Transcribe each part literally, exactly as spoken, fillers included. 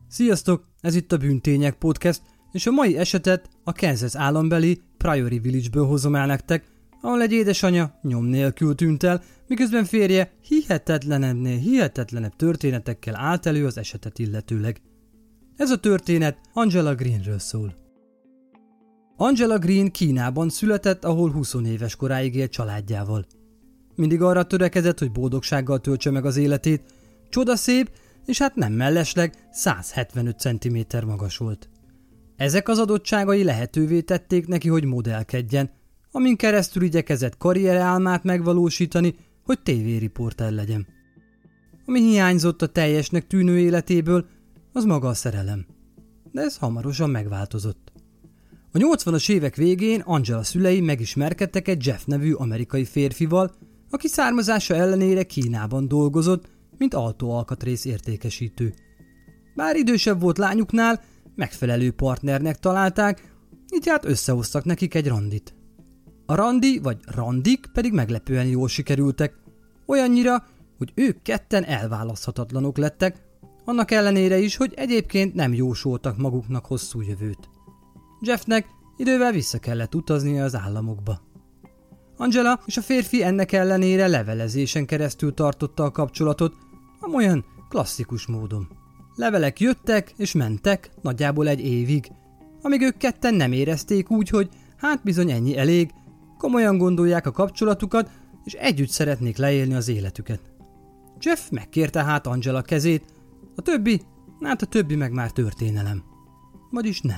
Sziasztok, ez itt a Bűntények Podcast, és a mai esetet a Kansas állambeli Prairie Village-ből hozom el nektek, ahol egy édesanyja nyom nélkül tűnt el, miközben férje hihetetlenebbnél hihetetlenebb történetekkel állt elő az esetet illetőleg. Ez a történet Angela Greenről szól. Angela Green Kínában született, ahol huszonéves koráig élt családjával. Mindig arra törekedett, hogy boldogsággal töltse meg az életét, csodaszép, és hát nem mellesleg száz hetvenöt centiméter magas volt. Ezek az adottságai lehetővé tették neki, hogy modellkedjen, amin keresztül igyekezett karrierálmát megvalósítani, hogy tévériporter legyen. Ami hiányzott a teljesnek tűnő életéből, az maga a szerelem. De ez hamarosan megváltozott. A nyolcvanas évek végén Angela szülei megismerkedtek egy Jeff nevű amerikai férfival, aki származása ellenére Kínában dolgozott, mint autóalkatrész értékesítő. Bár idősebb volt lányuknál, megfelelő partnernek találták, így hát összehoztak nekik egy randit. A randi vagy randik pedig meglepően jól sikerültek, olyannyira, hogy ők ketten elválaszthatatlanok lettek, annak ellenére is, hogy egyébként nem jósoltak maguknak hosszú jövőt. Jeffnek idővel vissza kellett utaznia az államokba. Angela és a férfi ennek ellenére levelezésen keresztül tartotta a kapcsolatot, amolyan klasszikus módon. Levelek jöttek és mentek nagyjából egy évig, amíg ők ketten nem érezték úgy, hogy hát bizony ennyi elég, komolyan gondolják a kapcsolatukat, és együtt szeretnék leélni az életüket. Jeff megkérte hát Angela kezét, a többi, hát a többi meg már történelem. Vagyis nem.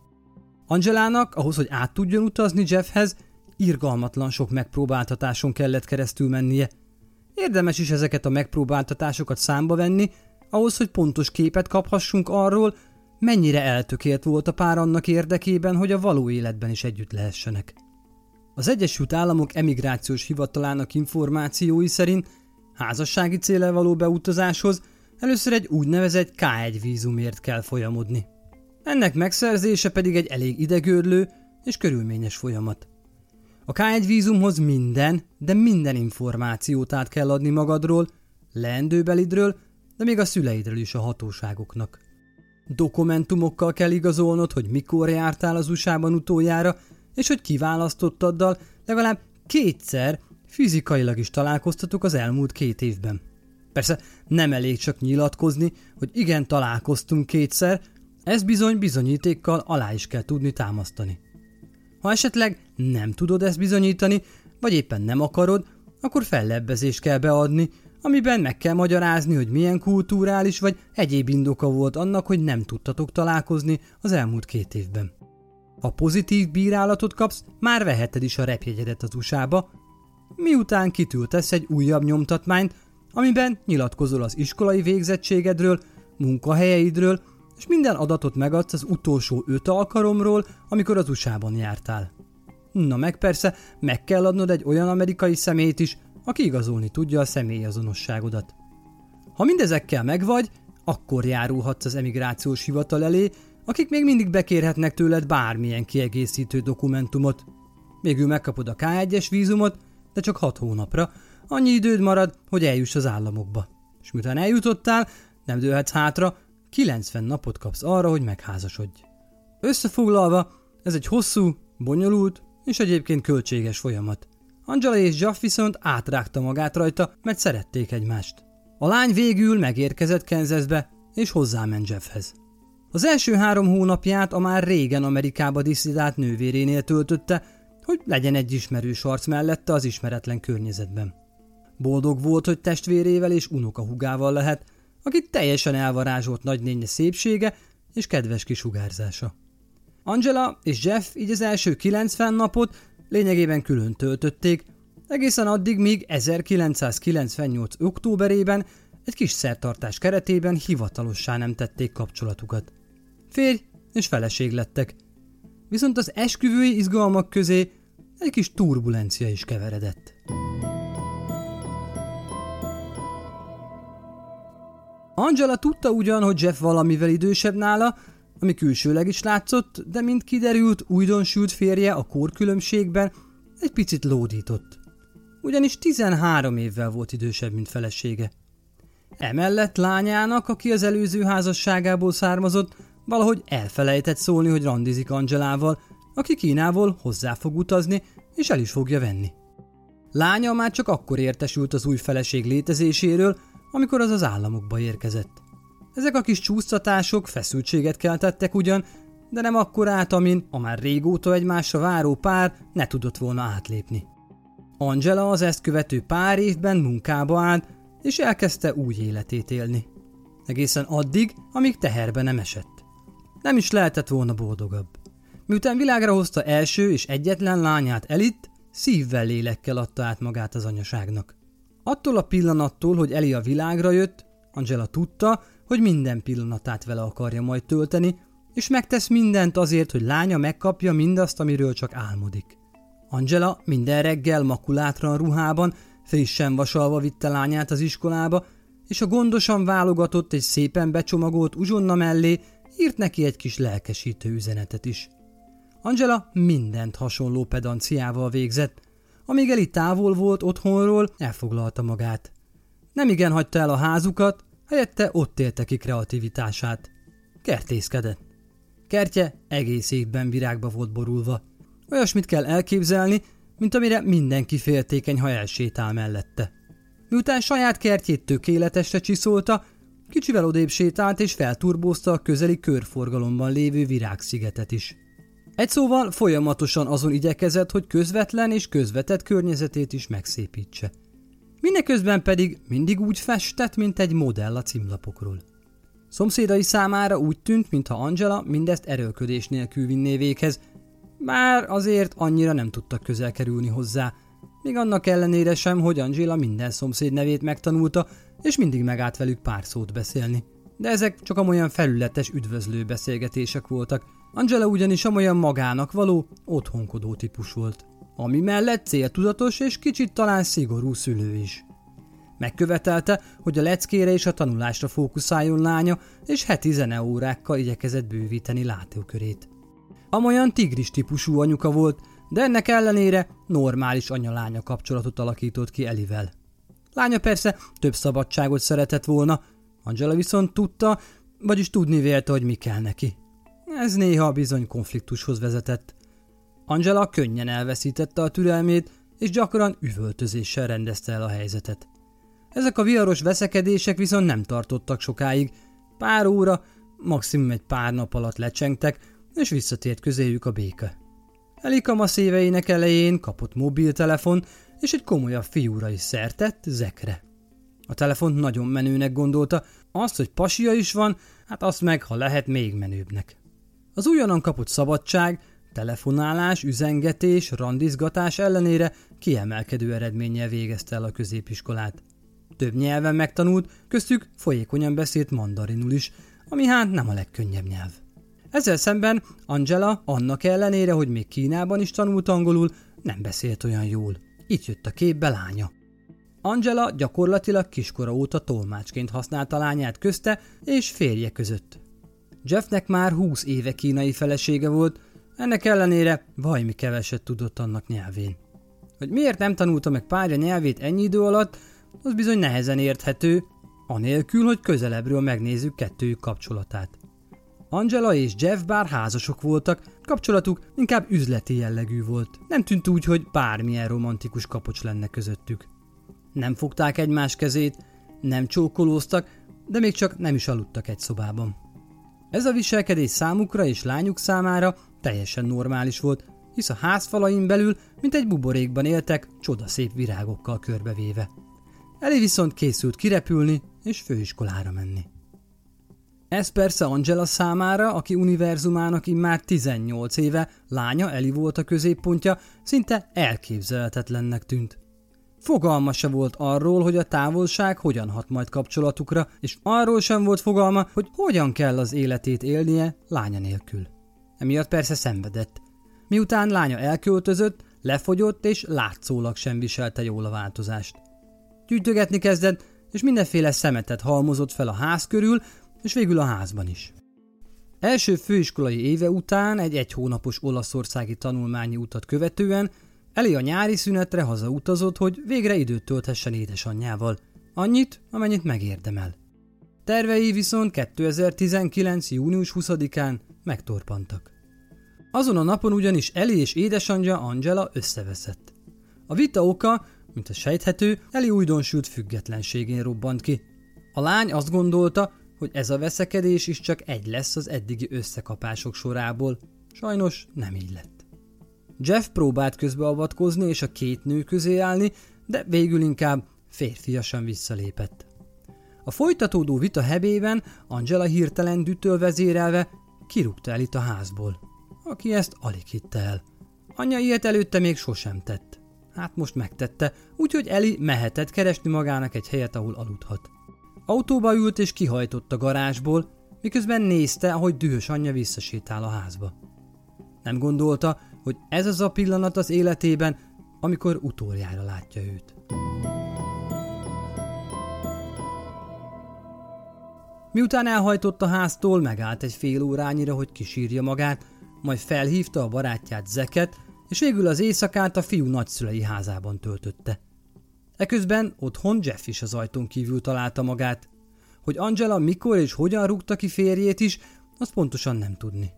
Angelának ahhoz, hogy át tudjon utazni Jeffhez, irgalmatlan sok megpróbáltatáson kellett keresztül mennie. Érdemes is ezeket a megpróbáltatásokat számba venni, ahhoz, hogy pontos képet kaphassunk arról, mennyire eltökélt volt a pár annak érdekében, hogy a való életben is együtt lehessenek. Az Egyesült Államok Emigrációs Hivatalának információi szerint házassági céllal való beutazáshoz először egy úgynevezett ká egy vízumért kell folyamodni. Ennek megszerzése pedig egy elég idegörlő és körülményes folyamat. A ká egy vízumhoz minden, de minden információt át kell adni magadról, leendőbelidről, de még a szüleidről is a hatóságoknak. Dokumentumokkal kell igazolnod, hogy mikor jártál az u es á-ban utoljára, és hogy kiválasztottaddal legalább kétszer fizikailag is találkoztatok az elmúlt két évben. Persze nem elég csak nyilatkozni, hogy igen, találkoztunk kétszer, ez bizony bizonyítékkal alá is kell tudni támasztani. Ha esetleg nem tudod ezt bizonyítani, vagy éppen nem akarod, akkor fellebbezést kell beadni, amiben meg kell magyarázni, hogy milyen kulturális vagy egyéb indoka volt annak, hogy nem tudtatok találkozni az elmúlt két évben. Ha pozitív bírálatot kapsz, már veheted is a repjegyedet az u es á-ba, miután kitültesz egy újabb nyomtatmányt, amiben nyilatkozol az iskolai végzettségedről, munkahelyeidről, és minden adatot megadsz az utolsó öt alkalomról, amikor az u es á-ban jártál. Na meg persze, meg kell adnod egy olyan amerikai személyt is, aki igazolni tudja a személyazonosságodat. Ha mindezekkel megvagy, akkor járulhatsz az emigrációs hivatal elé, akik még mindig bekérhetnek tőled bármilyen kiegészítő dokumentumot. Végül megkapod a ká egyes vízumot, de csak hat hónapra, annyi időd marad, hogy eljuss az államokba. És miután eljutottál, nem dőlhetsz hátra, kilencven napot kapsz arra, hogy megházasodj. Összefoglalva, ez egy hosszú, bonyolult és egyébként költséges folyamat. Angela és Jeff viszont átrágta magát rajta, mert szerették egymást. A lány végül megérkezett Kansasbe, és hozzáment Jeffhez. Az első három hónapját a már régen Amerikába disszidált nővérénél töltötte, hogy legyen egy ismerős arc mellette az ismeretlen környezetben. Boldog volt, hogy testvérével és unokahúgával lehet, akit teljesen elvarázsolt nagynénye szépsége és kedves kisugárzása. Angela és Jeff így az első kilencven napot lényegében külön töltötték, egészen addig, míg ezerkilencszázkilencvennyolc októberében egy kis szertartás keretében hivatalossá nem tették kapcsolatukat. Férj és feleség lettek, viszont az esküvői izgalmak közé egy kis turbulencia is keveredett. Angela tudta ugyan, hogy Jeff valamivel idősebb nála, ami külsőleg is látszott, de mint kiderült, újdonsült férje a korkülönbségben egy picit lódított. Ugyanis tizenhárom évvel volt idősebb, mint felesége. Emellett lányának, aki az előző házasságából származott, valahogy elfelejtett szólni, hogy randizik Angelával, aki Kínából hozzá fog utazni, és el is fogja venni. Lánya már csak akkor értesült az új feleség létezéséről, amikor az az államokba érkezett. Ezek a kis csúsztatások feszültséget keltettek ugyan, de nem akkorát, amin a már régóta egymásra váró pár ne tudott volna átlépni. Angela az ezt követő pár évben munkába állt, és elkezdte új életét élni. Egészen addig, amíg teherbe nem esett. Nem is lehetett volna boldogabb. Miután világra hozta első és egyetlen lányát, Elit, szívvel, lélekkel adta át magát az anyaságnak. Attól a pillanattól, hogy Eli a világra jött, Angela tudta, hogy minden pillanatát vele akarja majd tölteni, és megtesz mindent azért, hogy lánya megkapja mindazt, amiről csak álmodik. Angela minden reggel makulátlan ruhában, frissen vasalva vitte lányát az iskolába, és a gondosan válogatott és szépen becsomagolt uzsonna mellé írt neki egy kis lelkesítő üzenetet is. Angela mindent hasonló pedanciával végzett, amíg Eli távol volt otthonról, elfoglalta magát. Nemigen hagyta el a házukat, helyette ott élte ki kreativitását. Kertészkedett. Kertje egész évben virágba volt borulva. Olyasmit kell elképzelni, mint amire mindenki féltékeny, ha elsétál mellette. Miután saját kertjét tökéletesre csiszolta, kicsivel odébb sétált és felturbózta a közeli körforgalomban lévő virágszigetet is. Egy szóval folyamatosan azon igyekezett, hogy közvetlen és közvetett környezetét is megszépítse. Mindeközben pedig mindig úgy festett, mint egy modell a címlapokról. Szomszédai számára úgy tűnt, mintha Angela mindezt erőlködés nélkül vinné véghez, bár azért annyira nem tudtak közel kerülni hozzá, még annak ellenére sem, hogy Angela minden szomszéd nevét megtanulta, és mindig megállt velük pár szót beszélni. De ezek csak amolyan felületes, üdvözlő beszélgetések voltak. Angela ugyanis amolyan magának való, otthonkodó típus volt, ami mellett céltudatos és kicsit talán szigorú szülő is. Megkövetelte, hogy a leckére és a tanulásra fókuszáljon lánya, és heti zeneórákkal igyekezett bővíteni látókörét. Amolyan tigris típusú anyuka volt, de ennek ellenére normális anya-lánya kapcsolatot alakított ki Elivel. Lánya persze több szabadságot szeretett volna, Angela viszont tudta, vagyis tudni vélte, hogy mi kell neki. Ez néha bizony konfliktushoz vezetett. Angela könnyen elveszítette a türelmét, és gyakran üvöltözéssel rendezte el a helyzetet. Ezek a viharos veszekedések viszont nem tartottak sokáig, pár óra, maximum egy pár nap alatt lecsengtek, és visszatért közéjük a béke. Eli kamasz éveinek elején kapott mobiltelefon, és egy komolyabb fiúra is szert tett, Zekre. A telefont nagyon menőnek gondolta, azt, hogy pasia is van, hát azt meg, ha lehet, még menőbbnek. Az újonnan kapott szabadság, telefonálás, üzengetés, randizgatás ellenére kiemelkedő eredménnyel végezte el a középiskolát. Több nyelven megtanult, köztük folyékonyan beszélt mandarinul is, ami hát nem a legkönnyebb nyelv. Ezzel szemben Angela annak ellenére, hogy még Kínában is tanult angolul, nem beszélt olyan jól. Itt jött a képbe lánya. Angela gyakorlatilag kiskora óta tolmácsként használta lányát közte és férje között. Jeffnek már húsz éve kínai felesége volt, ennek ellenére vajmi keveset tudott annak nyelvén. Hogy miért nem tanulta meg párja nyelvét ennyi idő alatt, az bizony nehezen érthető, anélkül, hogy közelebbről megnézzük kettőjük kapcsolatát. Angela és Jeff bár házasok voltak, kapcsolatuk inkább üzleti jellegű volt. Nem tűnt úgy, hogy bármilyen romantikus kapocs lenne közöttük. Nem fogták egymás kezét, nem csókolóztak, de még csak nem is aludtak egy szobában. Ez a viselkedés számukra és lányuk számára teljesen normális volt, hisz a házfalain belül, mint egy buborékban éltek, csodaszép virágokkal körbevéve. Eli viszont készült kirepülni és főiskolára menni. Ez persze Angela számára, aki univerzumának immár tizennyolc éve, lánya Eli volt a középpontja, szinte elképzelhetetlennek tűnt. Fogalma se volt arról, hogy a távolság hogyan hat majd kapcsolatukra, és arról sem volt fogalma, hogy hogyan kell az életét élnie lánya nélkül. Emiatt persze szenvedett. Miután lánya elköltözött, lefogyott és látszólag sem viselte jól a változást. Gyűjtögetni kezdett, és mindenféle szemetet halmozott fel a ház körül, és végül a házban is. Első főiskolai éve után egy egy hónapos olaszországi tanulmányi utat követően Eli a nyári szünetre hazautazott, hogy végre időt tölthessen édesanyjával, Annyit, amennyit megérdemel. Tervei viszont kétezer-tizenkilenc. június huszadikán megtorpantak. Azon a napon ugyanis Ellie és édesanyja Angela összeveszett. A vita oka, mint a sejthető, Ellie újdonsült függetlenségén robbant ki. A lány azt gondolta, hogy ez a veszekedés is csak egy lesz az eddigi összekapások sorából. Sajnos nem így lett. Jeff próbált közbeavatkozni és a két nő közé állni, de végül inkább férfiasan visszalépett. A folytatódó vita hebében Angela hirtelen dühtől vezérelve kirúgta Ellie-t a házból, aki ezt alig hitte el. Anyja ilyet előtte még sosem tett. Hát most megtette, úgyhogy Ellie mehetett keresni magának egy helyet, ahol aludhat. Autóba ült és kihajtott a garázsból, miközben nézte, ahogy dühös anyja visszasétál a házba. Nem gondolta, hogy ez az a pillanat az életében, amikor utoljára látja őt. Miután elhajtott a háztól, megállt egy fél órányira, hogy kisírja magát, majd felhívta a barátját Zacket, és végül az éjszakát a fiú nagyszülei házában töltötte. Eközben otthon Jeff is az ajtón kívül találta magát. Hogy Angela mikor és hogyan rúgta ki férjét is, azt pontosan nem tudni.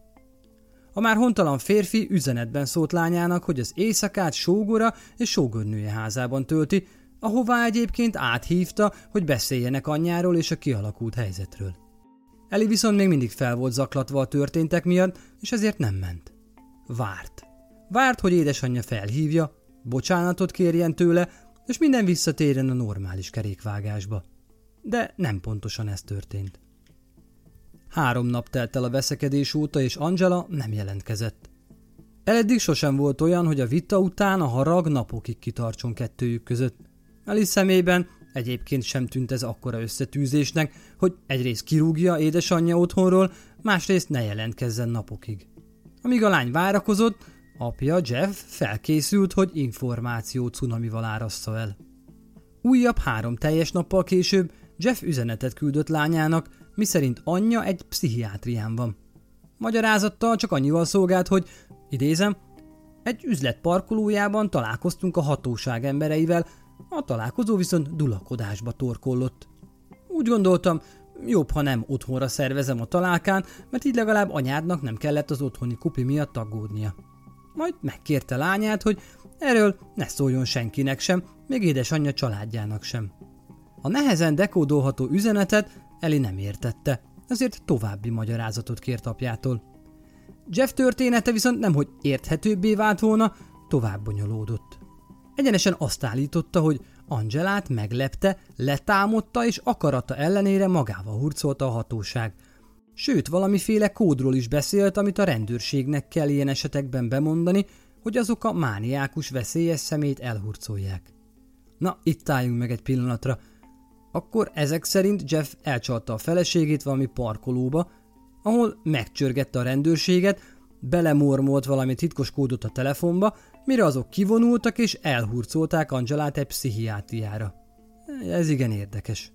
A már hontalan férfi üzenetben szólt lányának, hogy az éjszakát sógora és sógornője házában tölti, ahová egyébként áthívta, hogy beszéljenek anyjáról és a kialakult helyzetről. Ellie viszont még mindig fel volt zaklatva a történtek miatt, és ezért nem ment. Várt. Várt, hogy édesanyja felhívja, bocsánatot kérjen tőle, és minden visszatérjen a normális kerékvágásba. De nem pontosan ez történt. Három nap telt el a veszekedés óta, és Angela nem jelentkezett. Eleddig sosem volt olyan, hogy a vita után a harag napokig kitartson kettőjük között. Ellie szemében egyébként sem tűnt ez akkora összetűzésnek, hogy egyrészt kirúgja édesanyja otthonról, másrészt ne jelentkezzen napokig. Amíg a lány várakozott, apja Jeff felkészült, hogy információ cunamival árassza el. Újabb három teljes nappal később Jeff üzenetet küldött lányának, miszerint anyja egy pszichiátrián van. Magyarázattal csak annyival szolgált, hogy, idézem, egy üzlet parkolójában találkoztunk a hatóság embereivel, a találkozó viszont dulakodásba torkollott. Úgy gondoltam, jobb, ha nem otthonra szervezem a találkán, mert így legalább anyádnak nem kellett az otthoni kupi miatt aggódnia. Majd megkérte lányát, hogy erről ne szóljon senkinek sem, még édesanyja családjának sem. A nehezen dekódolható üzenetet Ellie nem értette, ezért további magyarázatot kért apjától. Jeff története viszont nemhogy érthetőbbé vált volna, tovább bonyolódott. Egyenesen azt állította, hogy Angelát meglepte, letámadta és akarata ellenére magával hurcolta a hatóság. Sőt, valamiféle kódról is beszélt, amit a rendőrségnek kell ilyen esetekben bemondani, hogy azok a mániákus, veszélyes szemét elhurcolják. Na, itt álljunk meg egy pillanatra. Akkor ezek szerint Jeff elcsalta a feleségét valami parkolóba, ahol megcsörgette a rendőrséget, belemormolt valami titkos kódot a telefonba, mire azok kivonultak és elhurcolták Angelát egy pszichiátriára. Ez igen érdekes.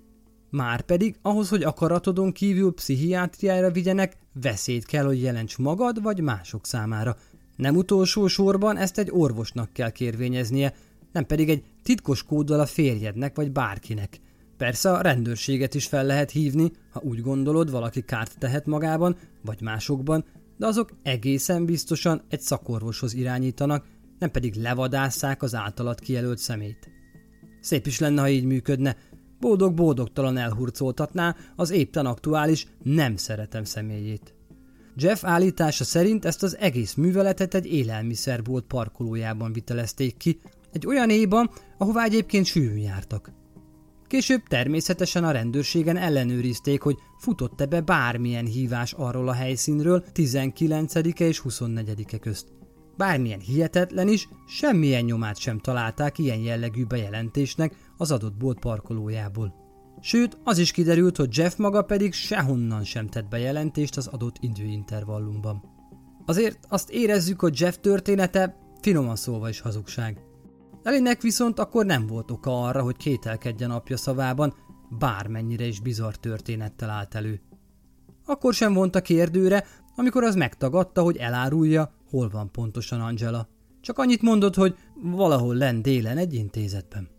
Márpedig ahhoz, hogy akaratodon kívül pszichiátriára vigyenek, veszélyt kell, hogy jelents magad vagy mások számára. Nem utolsó sorban ezt egy orvosnak kell kérvényeznie, nem pedig egy titkos kóddal a férjednek vagy bárkinek. Persze a rendőrséget is fel lehet hívni, ha úgy gondolod, valaki kárt tehet magában vagy másokban, de azok egészen biztosan egy szakorvoshoz irányítanak, nem pedig levadásszák az általad kijelölt szemét. Szép is lenne, ha így működne, boldog-boldogtalan elhurcoltatná az éppen aktuális nem szeretem személyét. Jeff állítása szerint ezt az egész műveletet egy élelmiszerbolt parkolójában vitelezték ki, egy olyan éjban, ahová egyébként sűrűn jártak. Később természetesen a rendőrségen ellenőrizték, hogy futott-e be bármilyen hívás arról a helyszínről tizenkilencedike és huszonnegyedike közt. Bármilyen hihetetlen is, semmilyen nyomát sem találták ilyen jellegű bejelentésnek az adott bolt parkolójából. Sőt, az is kiderült, hogy Jeff maga pedig sehonnan sem tett bejelentést az adott időintervallumban. Azért azt érezzük, hogy Jeff története finoman szólva is hazugság. Ellie-nek viszont akkor nem volt oka arra, hogy kételkedjen apja szavában, bármennyire is bizarr történettel állt elő. Akkor sem vonta kérdőre, amikor az megtagadta, hogy elárulja, hol van pontosan Angela. Csak annyit mondott, hogy valahol lenn délen egy intézetben.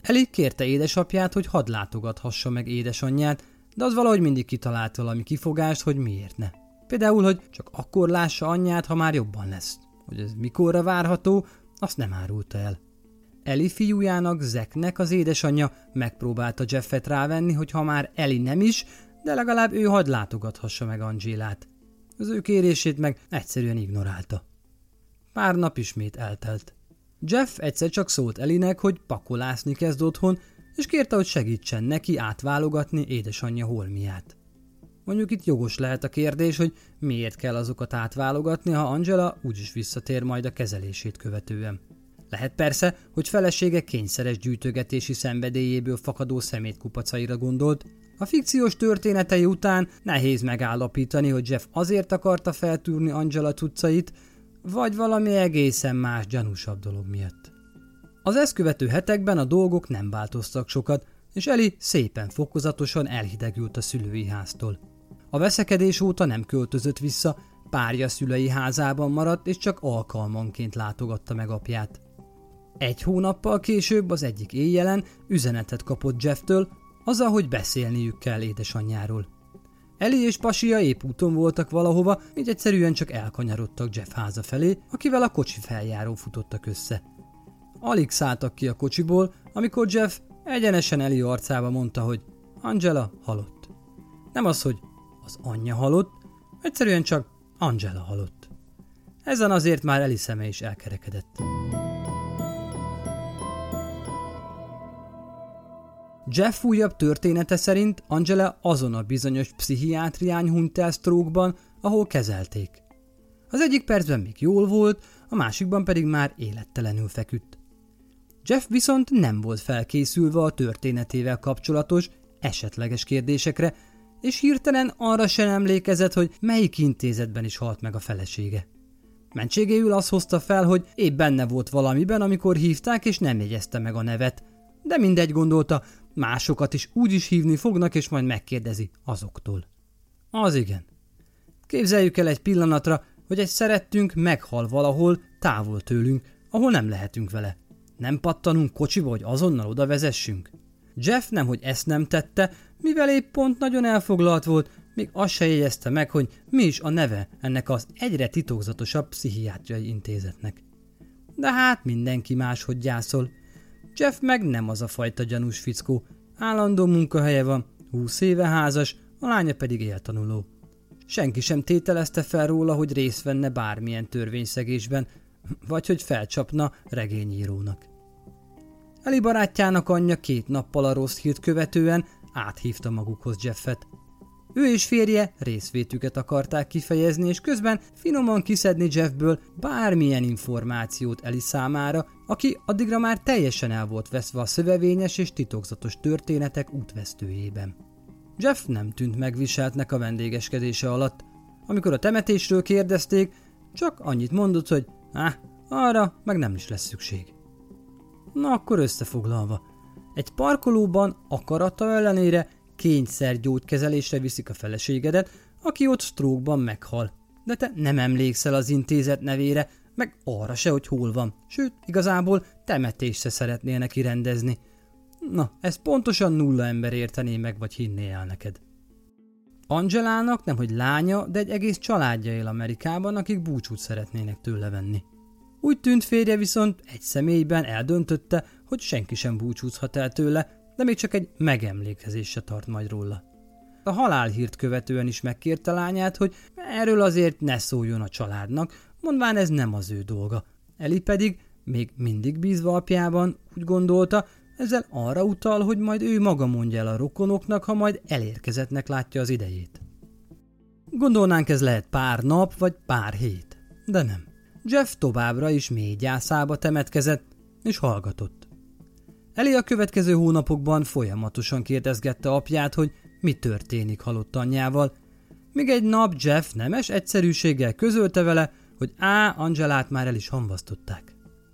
Ellie kérte édesapját, hogy hadd látogathassa meg édesanyját, de az valahogy mindig kitalált valami kifogást, hogy miért ne. Például, hogy csak akkor lássa anyját, ha már jobban lesz. Hogy ez mikorra várható, azt nem árulta el. Ellie fiújának, Zacknek az édesanyja megpróbálta Jeffet rávenni, hogy ha már Ellie nem is, de legalább ő hadd látogathassa meg Angélát. Az ő kérését meg egyszerűen ignorálta. Pár nap ismét eltelt. Jeff egyszer csak szólt Ellie-nek, hogy pakolászni kezd otthon, és kérte, hogy segítsen neki átválogatni édesanyja holmiát. Mondjuk itt jogos lehet a kérdés, hogy miért kell azokat átválogatni, ha Angela úgyis visszatér majd a kezelését követően. Lehet persze, hogy felesége kényszeres gyűjtögetési szenvedélyéből fakadó szemétkupacaira gondolt. A fikciós történetei után nehéz megállapítani, hogy Jeff azért akarta feltűrni Angela cuccait, vagy valami egészen más, gyanúsabb dolog miatt. Az ezt követő hetekben a dolgok nem változtak sokat, és Ellie szépen fokozatosan elhidegült a szülői háztól. A veszekedés óta nem költözött vissza, párja szülei házában maradt, és csak alkalmanként látogatta meg apját. Egy hónappal később az egyik éjjelen üzenetet kapott Jefftől, azzal, hogy beszélniük kell édesanyjáról. Ellie és pasia épp úton voltak valahova, így egyszerűen csak elkanyarodtak Jeff háza felé, akivel a kocsi feljárón futottak össze. Alig szálltak ki a kocsiból, amikor Jeff egyenesen Ellie arcába mondta, hogy Angela halott. Nem az, hogy az anyja halott, egyszerűen csak Angela halott. Ezen azért már Ellie szeme is elkerekedett. Jeff újabb története szerint Angela azon a bizonyos pszichiátrián hunyt el stroke-ban, ahol kezelték. Az egyik percben még jól volt, a másikban pedig már élettelenül feküdt. Jeff viszont nem volt felkészülve a történetével kapcsolatos, esetleges kérdésekre, és hirtelen arra sem emlékezett, hogy melyik intézetben is halt meg a felesége. Mentségéül azt hozta fel, hogy épp benne volt valamiben, amikor hívták, és nem jegyezte meg a nevet, de mindegy, gondolta, másokat is úgy is hívni fognak, és majd megkérdezi azoktól. Az igen. Képzeljük el egy pillanatra, hogy egy szerettünk meghal valahol távol tőlünk, ahol nem lehetünk vele. Nem pattanunk kocsiba, hogy azonnal oda vezessünk? Jeff nemhogy ezt nem tette, mivel épp pont nagyon elfoglalt volt, még azt se jegyezte meg, hogy mi is a neve ennek az egyre titokzatosabb pszichiátriai intézetnek. De hát mindenki máshogy gyászol. Jeff meg nem az a fajta gyanús fickó. Állandó munkahelye van, húsz éve házas, a lánya pedig éltanuló. Senki sem tételezte fel róla, hogy részt venne bármilyen törvényszegésben, vagy hogy felcsapna regényírónak. Ellie barátjának anyja két nappal a rossz hírt követően áthívta magukhoz Jeffet. Ő és férje részvétüket akarták kifejezni, és közben finoman kiszedni Jeffből bármilyen információt Ellie számára, aki addigra már teljesen el volt veszve a szövevényes és titokzatos történetek útvesztőjében. Jeff nem tűnt megviseltnek a vendégeskedése alatt. Amikor a temetésről kérdezték, csak annyit mondott, hogy áh, arra meg nem is lesz szükség. Na akkor összefoglalva. Egy parkolóban akarata ellenére kényszergyógykezelésre viszik a feleségedet, aki ott stroke-ban meghal. De te nem emlékszel az intézet nevére, meg arra se, hogy hol van. Sőt, igazából temetést se szeretnél neki rendezni. Na, ezt pontosan nulla ember értené meg, vagy hinné el neked. Angelának nemhogy lánya, de egy egész családja él Amerikában, akik búcsút szeretnének tőle venni. Úgy tűnt, férje viszont egy személyben eldöntötte, hogy senki sem búcsúzhat el tőle, de még csak egy megemlékezés se tart majd róla. A halálhírt követően is megkérte lányát, hogy erről azért ne szóljon a családnak, mondván ez nem az ő dolga. Ellie pedig, még mindig bízva apjában, úgy gondolta, ezzel arra utal, hogy majd ő maga mondja el a rokonoknak, ha majd elérkezettnek látja az idejét. Gondolnánk, ez lehet pár nap vagy pár hét, de nem. Jeff továbbra is mély gyászába temetkezett, és hallgatott. Ellie a következő hónapokban folyamatosan kérdezgette apját, hogy mi történik halott anyjával, míg egy nap Jeff nemes egyszerűséggel közölte vele, hogy á, Angelát már el is hamvasztották.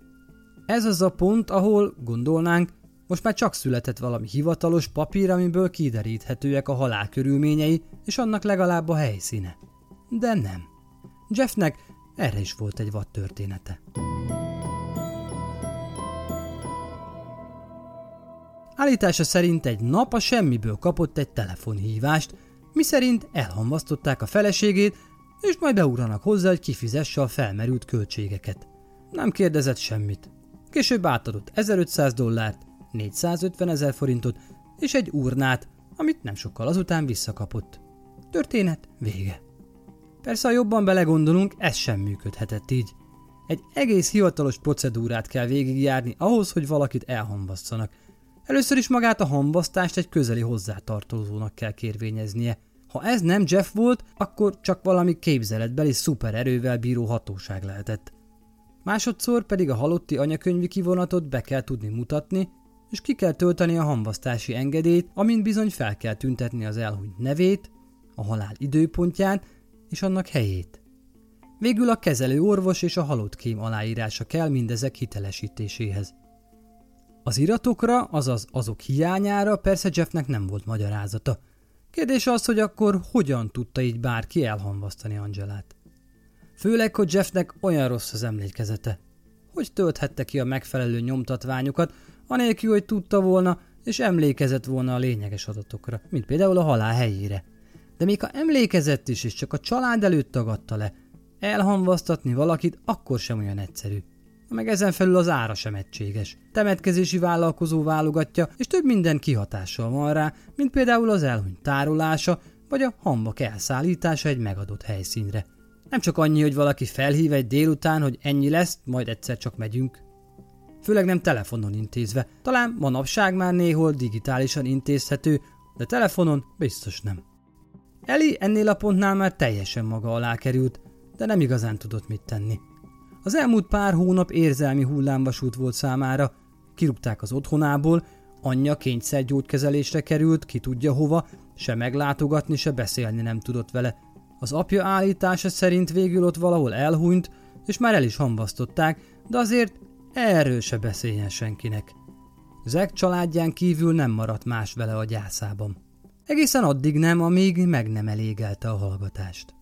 Ez az a pont, ahol, gondolnánk, most már csak született valami hivatalos papír, amiből kideríthetőek a halál körülményei, és annak legalább a helyszíne. De nem. Jeffnek erre is volt egy vad története. Állítása szerint egy nap a semmiből kapott egy telefonhívást, miszerint elhamvasztották a feleségét, és majd beugranak hozzá, hogy kifizesse a felmerült költségeket. Nem kérdezett semmit. Később átadott ezerötszáz dollárt, négyszázötven ezer forintot és egy urnát, amit nem sokkal azután visszakapott. Történet vége. Persze, ha jobban belegondolunk, ez sem működhetett így. Egy egész hivatalos procedúrát kell végigjárni ahhoz, hogy valakit elhamvasszanak. Először is magát a hamvasztást egy közeli hozzátartozónak kell kérvényeznie. Ha ez nem Jeff volt, akkor csak valami képzeletbeli szupererővel bíró hatóság lehetett. Másodszor pedig a halotti anyakönyvi kivonatot be kell tudni mutatni, és ki kell tölteni a hamvasztási engedélyt, amint bizony fel kell tüntetni az elhunyt nevét, a halál időpontját és annak helyét. Végül a kezelő orvos és a halott kém aláírása kell mindezek hitelesítéséhez. Az iratokra, azaz azok hiányára persze Jeffnek nem volt magyarázata. Kérdés az, hogy akkor hogyan tudta így bárki elhamvasztani Angelát. Főleg, hogy Jeffnek olyan rossz az emlékezete. Hogy tölthette ki a megfelelő nyomtatványokat, anélkül, hogy tudta volna és emlékezett volna a lényeges adatokra, mint például a halál helyére. De még ha emlékezett is, és csak a család előtt tagadta le, elhamvasztatni valakit akkor sem olyan egyszerű. Meg ezen felül az ára sem egységes. Temetkezési vállalkozó válogatja, és több minden kihatással van rá, mint például az elhunyt tárolása, vagy a hamvak elszállítása egy megadott helyszínre. Nem csak annyi, hogy valaki felhív egy délután, hogy ennyi lesz, majd egyszer csak megyünk. Főleg nem telefonon intézve. Talán manapság már néhol digitálisan intézhető, de telefonon biztos nem. Ellie ennél a pontnál már teljesen maga alá került, de nem igazán tudott mit tenni. Az elmúlt pár hónap érzelmi hullámvasút volt számára, kirúgták az otthonából, anyja kényszergyógykezelésre került, ki tudja hova, se meglátogatni, se beszélni nem tudott vele. Az apja állítása szerint végül ott valahol elhunyt, és már el is hamvasztották, de azért erről se beszéljen senkinek. Zack családján kívül nem maradt más vele a gyászában. Egészen addig nem, amíg meg nem elégelte a hallgatást.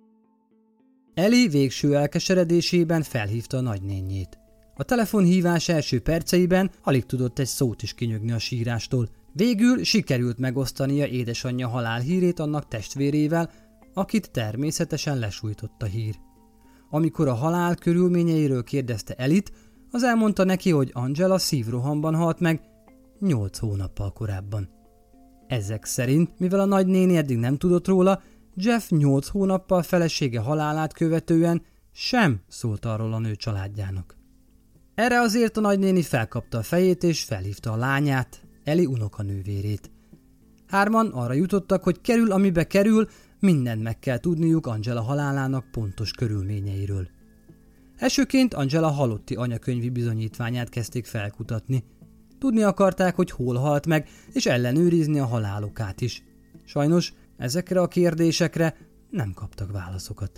Ellie végső elkeseredésében felhívta a nagynénjét. A telefonhívás első perceiben alig tudott egy szót is kinyögni a sírástól. Végül sikerült megosztania édesanyja halálhírét annak testvérével, akit természetesen lesújtott a hír. Amikor a halál körülményeiről kérdezte Ellie-t, az elmondta neki, hogy Angela szívrohamban halt meg nyolc hónappal korábban. Ezek szerint, mivel a nagynéni eddig nem tudott róla, Jeff nyolc hónappal felesége halálát követően sem szólt arról a nő családjának. Erre azért a nagynéni felkapta a fejét és felhívta a lányát, Ellie unokanővérét. Hárman arra jutottak, hogy kerül, amibe kerül, mindent meg kell tudniuk Angela halálának pontos körülményeiről. Elsőként Angela halotti anyakönyvi bizonyítványát kezdték felkutatni. Tudni akarták, hogy hol halt meg, és ellenőrizni a halálokát is. Sajnos ezekre a kérdésekre nem kaptak válaszokat.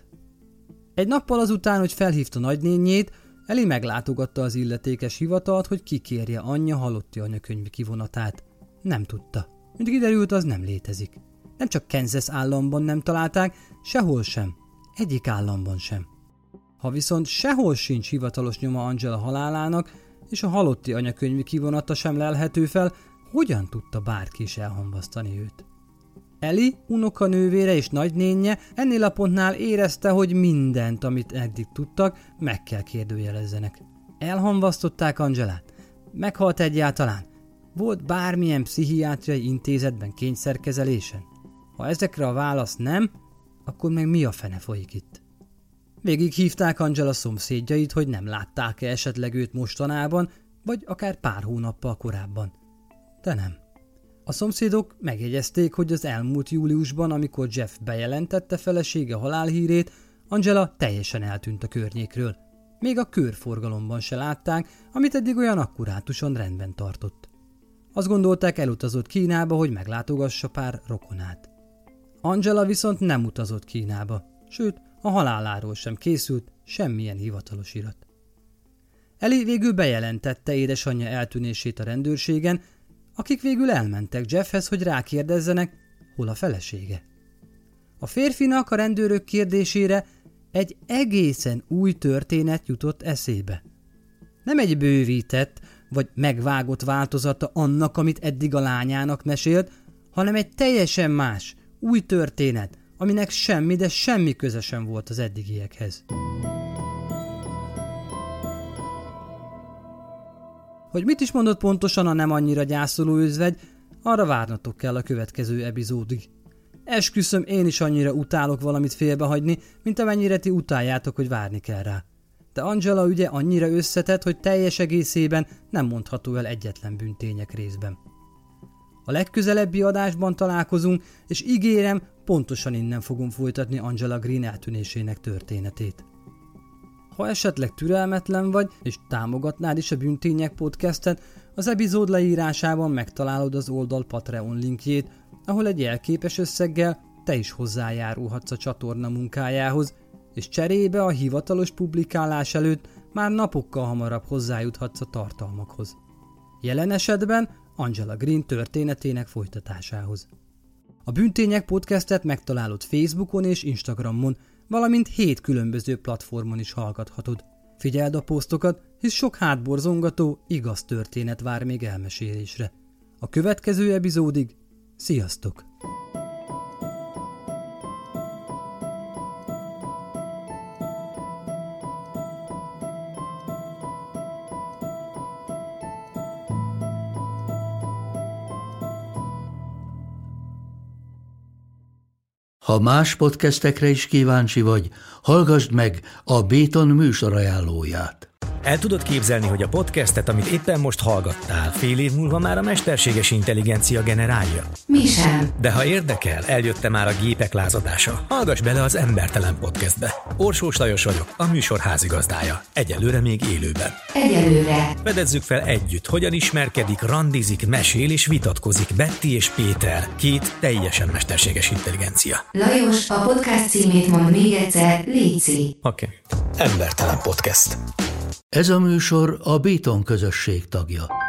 Egy nappal azután, hogy felhívta nagynénjét, Ellie meglátogatta az illetékes hivatalt, hogy kikérje anyja halotti anyakönyvi kivonatát. Nem tudta. Mint kiderült, az nem létezik. Nem csak Kansas államban nem találták, sehol sem. Egyik államban sem. Ha viszont sehol sincs hivatalos nyoma Angela halálának, és a halotti anyakönyvi kivonata sem lelhető fel, hogyan tudta bárki is elhamvasztani őt? Ellie, unokanővére és nagynénje ennél a pontnál érezte, hogy mindent, amit eddig tudtak, meg kell kérdőjelezzenek. Elhamvasztották Angelát? Meghalt egyáltalán? Volt bármilyen pszichiátriai intézetben kényszerkezelésen? Ha ezekre a válasz nem, akkor meg mi a fene folyik itt? Végig hívták Angela szomszédjait, hogy nem látták-e esetleg őt mostanában, vagy akár pár hónappal korábban. De nem. A szomszédok megjegyezték, hogy az elmúlt júliusban, amikor Jeff bejelentette felesége halálhírét, Angela teljesen eltűnt a környékről. Még a körforgalomban se látták, amit eddig olyan akkurátusan rendben tartott. Azt gondolták, elutazott Kínába, hogy meglátogassa pár rokonát. Angela viszont nem utazott Kínába, sőt, a haláláról sem készült semmilyen hivatalos irat. Ellie végül bejelentette édesanyja eltűnését a rendőrségen, akik végül elmentek Jeffhez, hogy rákérdezzenek, hol a felesége. A férfinak a rendőrök kérdésére egy egészen új történet jutott eszébe. Nem egy bővített, vagy megvágott változata annak, amit eddig a lányának mesélt, hanem egy teljesen más, új történet, aminek semmi, de semmi köze sem volt az eddigiekhez. Hogy mit is mondott pontosan a nem annyira gyászoló özvegy, arra várnatok kell a következő epizódig. Esküszöm, én is annyira utálok valamit félbehagyni, mint amennyire ti utáljátok, hogy várni kell rá. De Angela ügye annyira összetett, hogy teljes egészében nem mondható el egyetlen bűntények részben. A legközelebbi adásban találkozunk, és ígérem, pontosan innen fogom folytatni Angela Green eltűnésének történetét. Ha esetleg türelmetlen vagy, és támogatnád is a Bűntények podcastet, az epizód leírásában megtalálod az oldal Patreon linkjét, ahol egy jelképes összeggel te is hozzájárulhatsz a csatorna munkájához, és cserébe a hivatalos publikálás előtt már napokkal hamarabb hozzájuthatsz a tartalmakhoz. Jelen esetben Angela Green történetének folytatásához. A Bűntények podcastet megtalálod Facebookon és Instagramon, valamint hét különböző platformon is hallgathatod. Figyeld a posztokat, hisz sok hátborzongató, igaz történet vár még elmesélésre. A következő epizódig sziasztok! Ha más podcastekre is kíváncsi vagy, hallgassd meg a Béton műsor ajánlóját. El tudod képzelni, hogy a podcastet, amit éppen most hallgattál, fél év múlva már a mesterséges intelligencia generálja? Mi sem. De ha érdekel, eljött már a gépek lázadása. Hallgass bele az Embertelen podcastbe. Orsós Lajos vagyok, a műsor házigazdája. Egyelőre még élőben. Egyelőre. Fedezzük fel együtt, hogyan ismerkedik, randizik, mesél és vitatkozik Betty és Péter, két teljesen mesterséges intelligencia. Lajos, a podcast címét mond még egyszer, léci. Oké. Okay. Embertelen podcast. Ez a műsor a Béton közösség tagja.